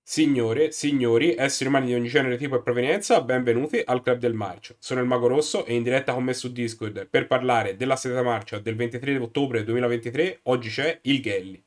Signore, signori, esseri umani di ogni genere, tipo e provenienza, benvenuti al Club del Marcio. Sono il Mago Rosso e in diretta con me su Discord per parlare della Seta Marcia del 23 ottobre 2023. Oggi c'è il Gelli.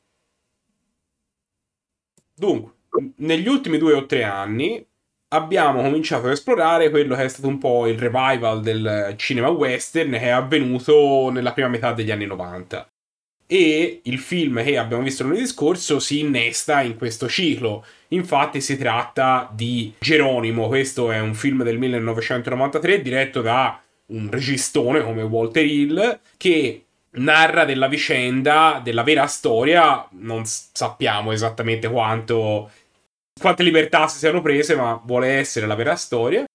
Dunque, negli ultimi 2 o 3 anni abbiamo cominciato ad esplorare quello che è stato un po' il revival del cinema western che è avvenuto nella prima metà degli anni 90. E il film che abbiamo visto lunedì scorso si innesta in questo ciclo. Infatti si tratta di Geronimo, questo è un film del 1993 diretto da un registone come Walter Hill che narra della vicenda, della vera storia, non sappiamo esattamente quante libertà si siano prese, ma vuole essere la vera storia,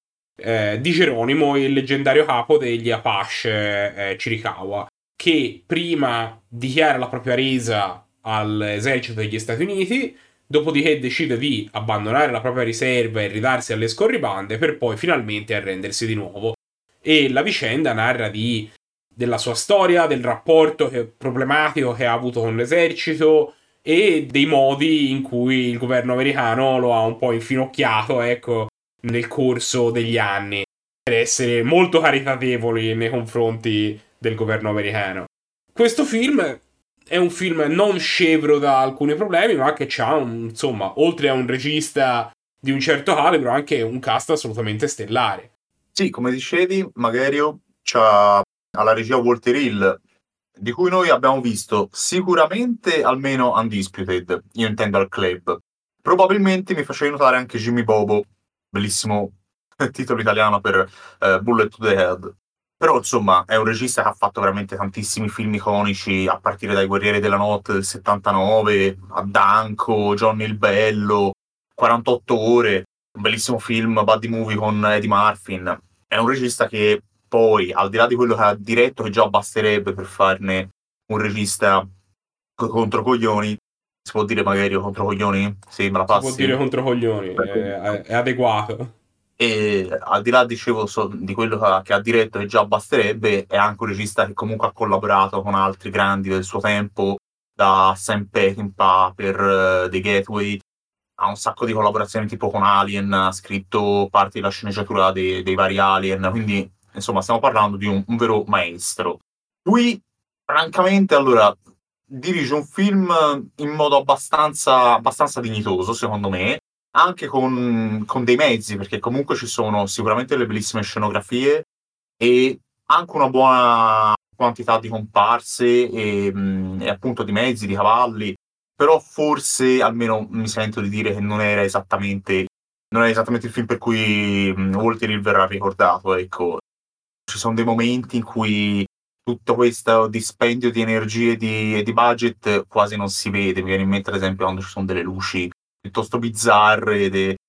di Geronimo, il leggendario capo degli Apache Chiricahua, che prima dichiara la propria resa all'esercito degli Stati Uniti, dopodiché decide di abbandonare la propria riserva e ridarsi alle scorribande per poi finalmente arrendersi di nuovo. E la vicenda narra della sua storia, del rapporto problematico che ha avuto con l'esercito e dei modi in cui il governo americano lo ha un po' infinocchiato, ecco, nel corso degli anni, per essere molto caritatevoli nei confronti del governo americano. Questo film è un film non scevro da alcuni problemi, ma che ha insomma, oltre a un regista di un certo calibro, anche un cast assolutamente stellare. Sì, come dicevi, Magherio c'ha alla regia Walter Hill, di cui noi abbiamo visto sicuramente almeno Undisputed, io intendo al club. Probabilmente mi facevi notare anche Jimmy Bobo, bellissimo titolo italiano per Bullet to the Head. Però insomma è un regista che ha fatto veramente tantissimi film iconici, a partire dai Guerrieri della Notte del 79, a Danko, Johnny il Bello, 48 ore, un bellissimo film, buddy movie con Eddie Murphy. È un regista che poi, al di là di quello che ha diretto, che già basterebbe per farne un regista contro coglioni, si può dire magari contro coglioni? Sì, me la Si può passi? dire contro coglioni, è adeguato. E al di là, dicevo, di quello che ha diretto, che già basterebbe, è anche un regista che comunque ha collaborato con altri grandi del suo tempo, da Sam Peckinpah per The Gateway, ha un sacco di collaborazioni tipo con Alien, ha scritto parti della sceneggiatura dei vari Alien, quindi insomma stiamo parlando di un vero maestro. Lui, francamente, allora, dirige un film in modo abbastanza dignitoso, secondo me, anche con dei mezzi, perché comunque ci sono sicuramente delle bellissime scenografie e anche una buona quantità di comparse e appunto di mezzi, di cavalli, però forse almeno mi sento di dire che non è esattamente il film per cui Walter Hill verrà ricordato, ecco. Ci sono dei momenti in cui tutto questo dispendio di energie e di budget quasi non si vede. Mi viene in mente ad esempio quando ci sono delle luci piuttosto bizzarre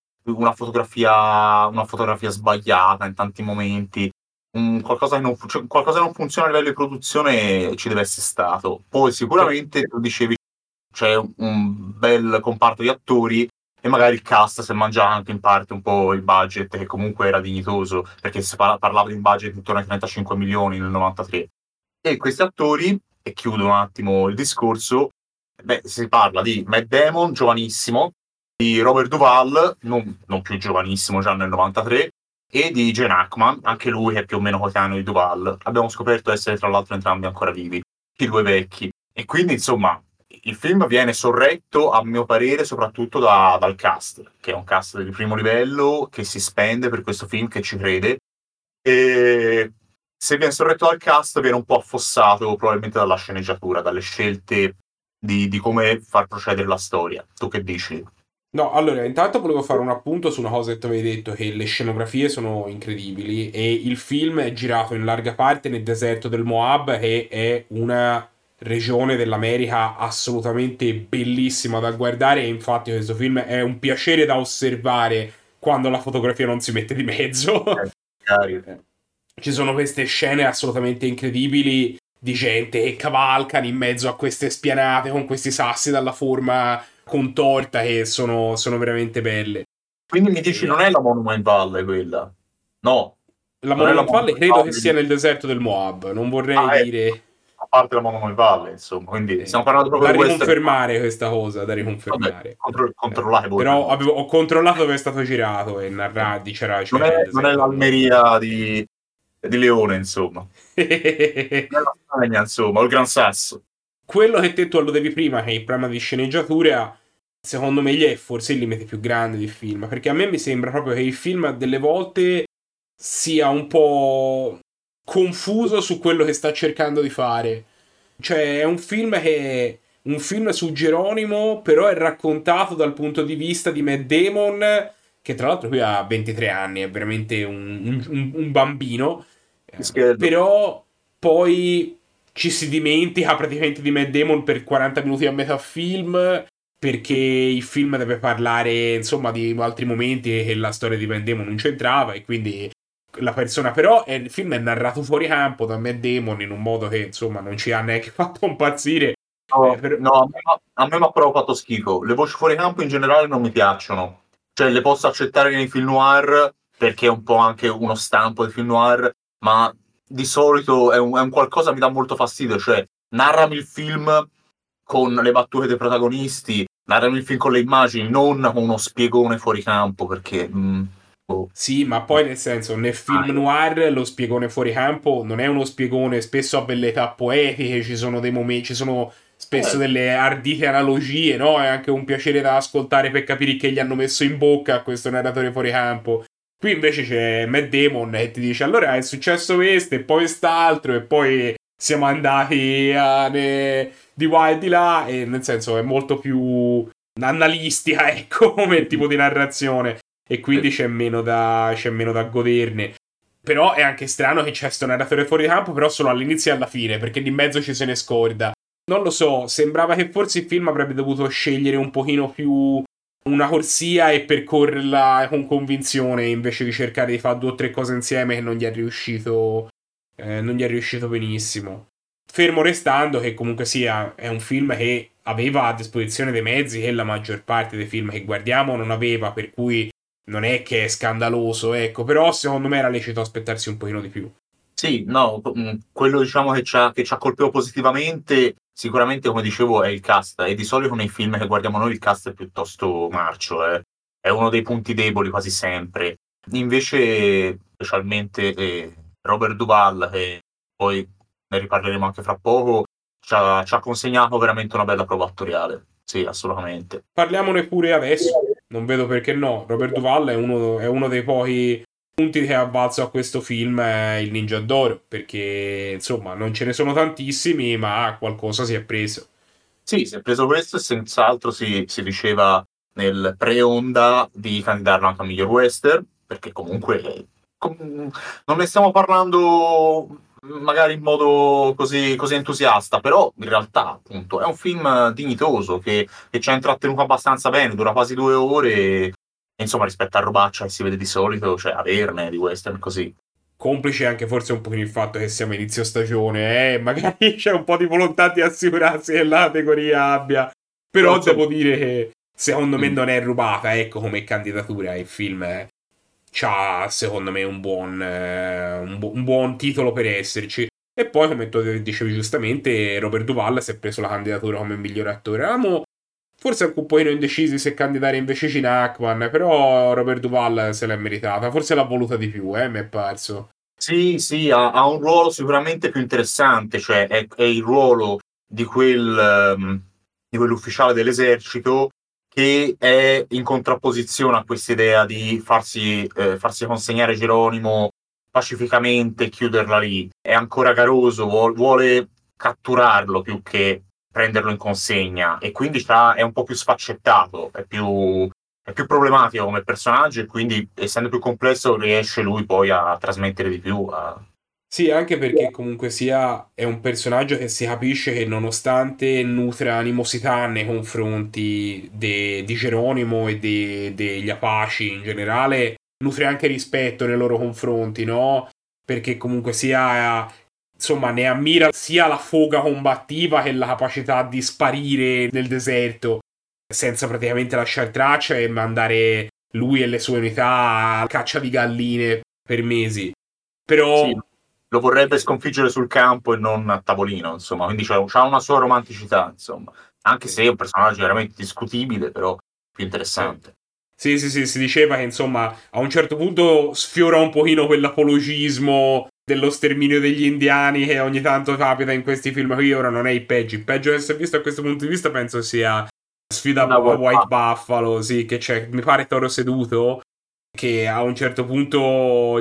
una fotografia sbagliata in tanti momenti. Qualcosa che non funziona a livello di produzione ci deve essere stato. Poi sicuramente tu dicevi c'è un bel comparto di attori e magari il cast si è mangiato anche in parte un po' il budget, che comunque era dignitoso, perché si parlava di un budget intorno ai 35 milioni nel 93. E questi attori, e chiudo un attimo il discorso, si parla di Matt Damon, giovanissimo, di Robert Duvall, non più giovanissimo, già nel 93, e di Gene Hackman, anche lui che è più o meno coetaneo di Duvall. Abbiamo scoperto essere tra l'altro entrambi ancora vivi, i due vecchi. E quindi, insomma, il film viene sorretto, a mio parere, soprattutto dal cast, che è un cast di primo livello, che si spende per questo film, che ci crede, e se viene sorretto dal cast viene un po' affossato probabilmente dalla sceneggiatura, dalle scelte di come far procedere la storia. Tu che dici? No, allora, intanto volevo fare un appunto su una cosa che tu avevi detto, che le scenografie sono incredibili e il film è girato in larga parte nel deserto del Moab, che è una regione dell'America assolutamente bellissima da guardare e infatti questo film è un piacere da osservare quando la fotografia non si mette di mezzo. Magari. Ci sono queste scene assolutamente incredibili di gente che cavalcano in mezzo a queste spianate con questi sassi dalla forma contorta che sono veramente belle. Quindi mi dici non è la Monument Valley quella? No, La non è la Monument Valley Monument credo che sia Valley. nel deserto del Moab, non vorrei Ah, dire... parte la Mono Valle, insomma, quindi stiamo parlando proprio da di western. riconfermare questa cosa, da riconfermare. Vabbè, controllate voi. Però ho controllato dove è stato girato e narrati c'era Non è l'Almeria di Leone, insomma. Non è la Spagna, insomma, o il Gran Sasso. Quello che tu alludevi prima, che è il problema di sceneggiatura, secondo me gli è forse il limite più grande del film, perché a me mi sembra proprio che il film delle volte sia un po' confuso su quello che sta cercando di fare. Cioè, è un film che è un film su Geronimo, però è raccontato dal punto di vista di Matt Damon, che tra l'altro qui ha 23 anni, è veramente un bambino. Però poi ci si dimentica praticamente di Matt Damon per 40 minuti a metà film, perché il film deve parlare, insomma, di altri momenti che la storia di Matt Damon non c'entrava, e quindi la persona però il film è narrato fuori campo da Matt Damon in un modo che, insomma, non ci ha neanche fatto impazzire. No, a me mi ha proprio fatto schifo. Le voci fuori campo in generale non mi piacciono. Cioè, le posso accettare nei film noir, perché è un po' anche uno stampo del film noir, ma di solito è un qualcosa che mi dà molto fastidio. Cioè, narrami il film con le battute dei protagonisti, narrami il film con le immagini, non con uno spiegone fuori campo, perché... Sì, ma poi nel senso, nel film noir lo spiegone fuori campo non è uno spiegone, spesso a velleità poetiche, ci sono dei momenti, ci sono spesso delle ardite analogie, no? È anche un piacere da ascoltare per capire che gli hanno messo in bocca a questo narratore fuori campo. Qui invece c'è Matt Damon che ti dice allora è successo questo e poi quest'altro e poi siamo andati di qua e di là, e nel senso è molto più analistica, ecco, come tipo di narrazione, e quindi c'è meno da goderne. Però è anche strano che c'è sto narratore fuori campo, però solo all'inizio e alla fine, perché di mezzo ci se ne scorda. Non lo so, sembrava che forse il film avrebbe dovuto scegliere un pochino più una corsia e percorrerla con convinzione, invece di cercare di fare 2 o 3 cose insieme, che non gli è riuscito benissimo. Fermo restando che comunque sia è un film che aveva a disposizione dei mezzi che la maggior parte dei film che guardiamo non aveva, per cui non è che è scandaloso, ecco, però secondo me era lecito aspettarsi un pochino di più. Sì, no, quello diciamo che ci ha colpito positivamente, sicuramente come dicevo è il cast, e di solito nei film che guardiamo noi il cast è piuttosto marcio, è uno dei punti deboli quasi sempre. Invece, specialmente Robert Duvall, che poi ne riparleremo anche fra poco, ci ha consegnato veramente una bella prova attoriale, sì, assolutamente. Parliamone pure adesso, non vedo perché no. Robert Duvall è uno dei pochi punti che ha valso a questo film il Ninja d'Oro, perché insomma non ce ne sono tantissimi, ma qualcosa si è preso. Sì, si è preso questo e senz'altro si diceva nel pre-onda di candidarlo anche a miglior western, perché comunque non ne stiamo parlando magari in modo così entusiasta, però in realtà appunto è un film dignitoso che ci ha intrattenuto abbastanza bene, dura quasi 2 ore e insomma rispetto a robaccia che si vede di solito, cioè averne di western così. Complice anche forse un pochino il fatto che siamo inizio stagione, magari c'è un po' di volontà di assicurarsi che la categoria abbia. Però devo dire che secondo me non è rubata, ecco, come candidatura. Il film c'ha secondo me un buon titolo per esserci. E poi, come tu dicevi giustamente, Robert Duvall si è preso la candidatura come miglior attore. Eravamo forse anche un pochino indecisi se candidare invece Gene Hackman, però Robert Duvall se l'è meritata. Forse l'ha voluta di più, mi è parso. Sì, ha un ruolo sicuramente più interessante, cioè è il ruolo di quell'ufficiale dell'esercito che è in contrapposizione a questa idea di farsi consegnare Geronimo pacificamente e chiuderla lì. È ancora garoso, vuole catturarlo più che prenderlo in consegna, e quindi è un po' più sfaccettato, è più problematico come personaggio, e quindi essendo più complesso riesce lui poi a trasmettere di più. Sì, anche perché comunque sia è un personaggio che si capisce che nonostante nutre animosità nei confronti di Geronimo e degli Apache in generale, nutre anche rispetto nei loro confronti, no? Perché comunque sia, insomma, ne ammira sia la foga combattiva che la capacità di sparire nel deserto senza praticamente lasciare traccia e mandare lui e le sue unità a caccia di galline per mesi. Però Sì. lo vorrebbe sconfiggere sul campo e non a tavolino, insomma, quindi c'ha una sua romanticità, insomma, anche se è un personaggio veramente discutibile, però più interessante. Sì, si diceva che insomma a un certo punto sfiora un pochino quell'apologismo dello sterminio degli indiani che ogni tanto capita in questi film qui. Ora non è il peggio che si è visto a questo punto di vista penso sia Sfida a White Buffalo, sì, che c'è, mi pare Toro Seduto, che a un certo punto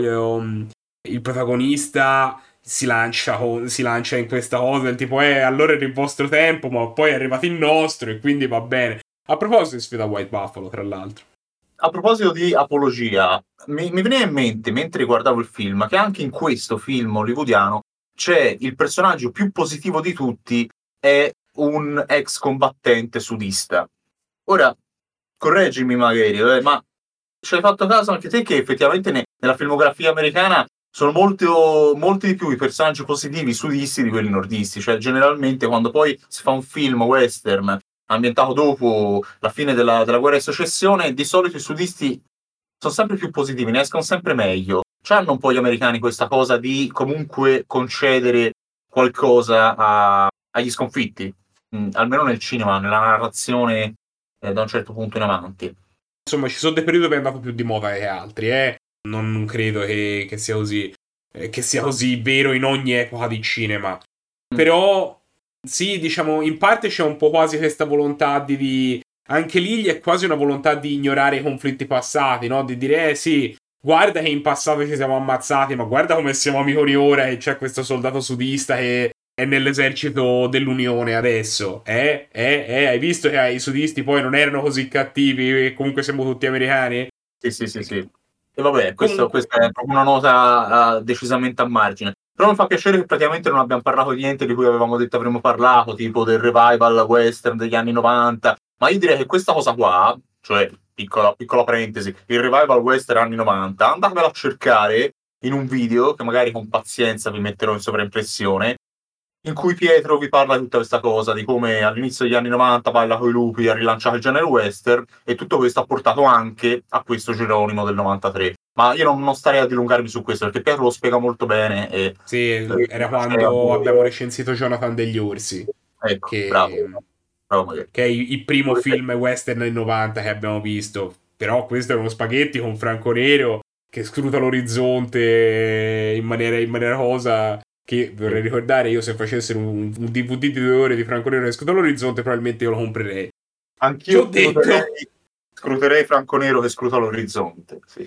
il protagonista si lancia in questa cosa del tipo allora era il vostro tempo ma poi è arrivato il nostro e quindi va bene. A proposito di Sfida a White Buffalo, tra l'altro, a proposito di apologia, mi veniva in mente mentre guardavo il film che anche in questo film hollywoodiano c'è il personaggio più positivo di tutti, è un ex combattente sudista. Ora, correggimi magari, ma ci hai fatto caso anche te che effettivamente nella filmografia americana sono molti di più i personaggi positivi sudisti di quelli nordisti, cioè generalmente quando poi si fa un film western ambientato dopo la fine della guerra di secessione, di solito i sudisti sono sempre più positivi, ne escono sempre meglio. C'hanno un po' gli americani questa cosa di comunque concedere qualcosa agli sconfitti, almeno nel cinema, nella narrazione da un certo punto in avanti. Insomma, ci sono dei periodi dove è andato più di moda che altri, Non credo che sia così. Che sia così vero in ogni epoca di cinema. Però sì, diciamo, in parte c'è un po' quasi questa volontà di anche lì è quasi una volontà di ignorare i conflitti passati, no? Di dire, sì, guarda che in passato ci siamo ammazzati, ma guarda come siamo amiconi ora e c'è questo soldato sudista che è nell'esercito dell'Unione adesso. Hai visto che i sudisti poi non erano così cattivi e comunque siamo tutti americani? Sì. E vabbè, questa è proprio una nota decisamente a margine. Però mi fa piacere che praticamente non abbiamo parlato di niente di cui avevamo detto avremmo parlato, tipo del revival western degli anni 90. Ma io direi che questa cosa qua, cioè, piccola parentesi, il revival western anni 90, andatevelo a cercare in un video che magari con pazienza vi metterò in sovraimpressione, in cui Pietro vi parla di tutta questa cosa, di come all'inizio degli anni 90 Baila coi lupi ha rilanciato il genere western e tutto questo ha portato anche a questo Geronimo del 93. Ma io non starei a dilungarmi su questo perché Pietro lo spiega molto bene. Sì, era quando abbiamo recensito Jonathan degli Orsi. Ecco, Che, bravo che è il primo film western del 90 che abbiamo visto. Però questo è uno spaghetti con Franco Nero che scruta l'orizzonte in maniera cosa che vorrei ricordare. Io se facessero un DVD di 2 ore di Franco Nero che scruta l'orizzonte probabilmente io lo comprerei. Anch'io scruterei Franco Nero che scruta l'orizzonte. Sì.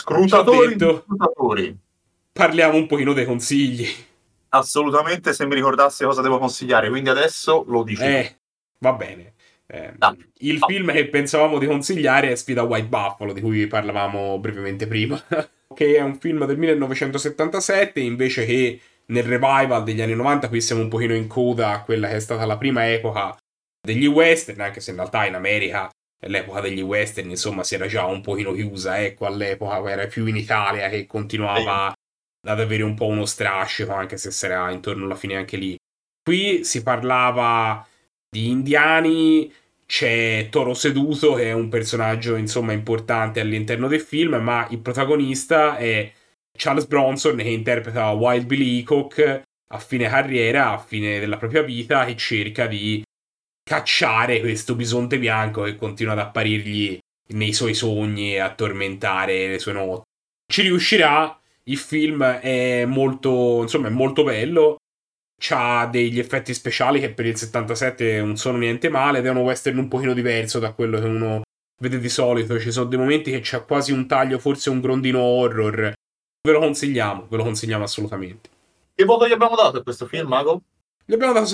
Scrutatori. Parliamo un pochino dei consigli. Assolutamente, se mi ricordassi cosa devo consigliare, quindi adesso lo dici. Va bene. Il film che pensavamo di consigliare è Sfida White Buffalo, di cui parlavamo brevemente prima, che è un film del 1977, invece che nel revival degli anni 90 qui siamo un pochino in coda a quella che è stata la prima epoca degli western, anche se in realtà in America l'epoca degli western insomma si era già un pochino chiusa, ecco, all'epoca era più in Italia che continuava ad avere un po' uno strascico, anche se sarà intorno alla fine anche lì. Qui si parlava di indiani, c'è Toro Seduto che è un personaggio insomma importante all'interno del film, ma il protagonista è Charles Bronson che interpreta Wild Bill Hickok a fine carriera, a fine della propria vita, che cerca di cacciare questo bisonte bianco che continua ad apparirgli nei suoi sogni e a tormentare le sue notti. Ci riuscirà. Il film è molto bello, c'ha degli effetti speciali che per il 77 non sono niente male ed è uno western un pochino diverso da quello che uno vede di solito. Ci sono dei momenti che c'è quasi un taglio, forse un grondino horror. Ve lo consigliamo assolutamente. Che voto gli abbiamo dato a questo film, Mago? Gli abbiamo dato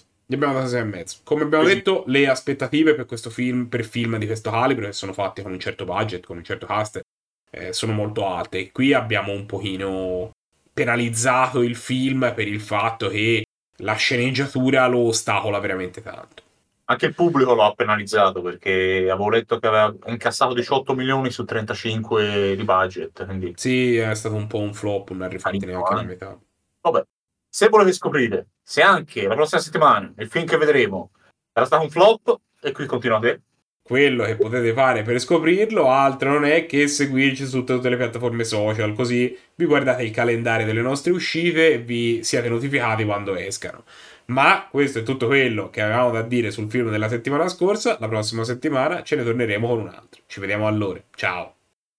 6,5. Come abbiamo detto, le aspettative per questo film, per film di questo calibro, che sono fatti con un certo budget, con un certo cast, sono molto alte. Qui abbiamo un pochino penalizzato il film per il fatto che la sceneggiatura lo ostacola veramente tanto. Anche il pubblico lo ha penalizzato perché avevo letto che aveva incassato 18 milioni su 35 di budget. Quindi... Sì, è stato un po' un flop, non ha rifatto neanche la metà. Vabbè, se volete scoprire se anche la prossima settimana il film che vedremo era stato un flop, e qui continuate. quello che potete fare per scoprirlo, altro non è che seguirci su tutte le piattaforme social, così vi guardate il calendario delle nostre uscite e vi siate notificati quando escano. Ma questo è tutto quello che avevamo da dire sul film della settimana scorsa. La prossima settimana ce ne torneremo con un altro. Ci vediamo allora. Ciao.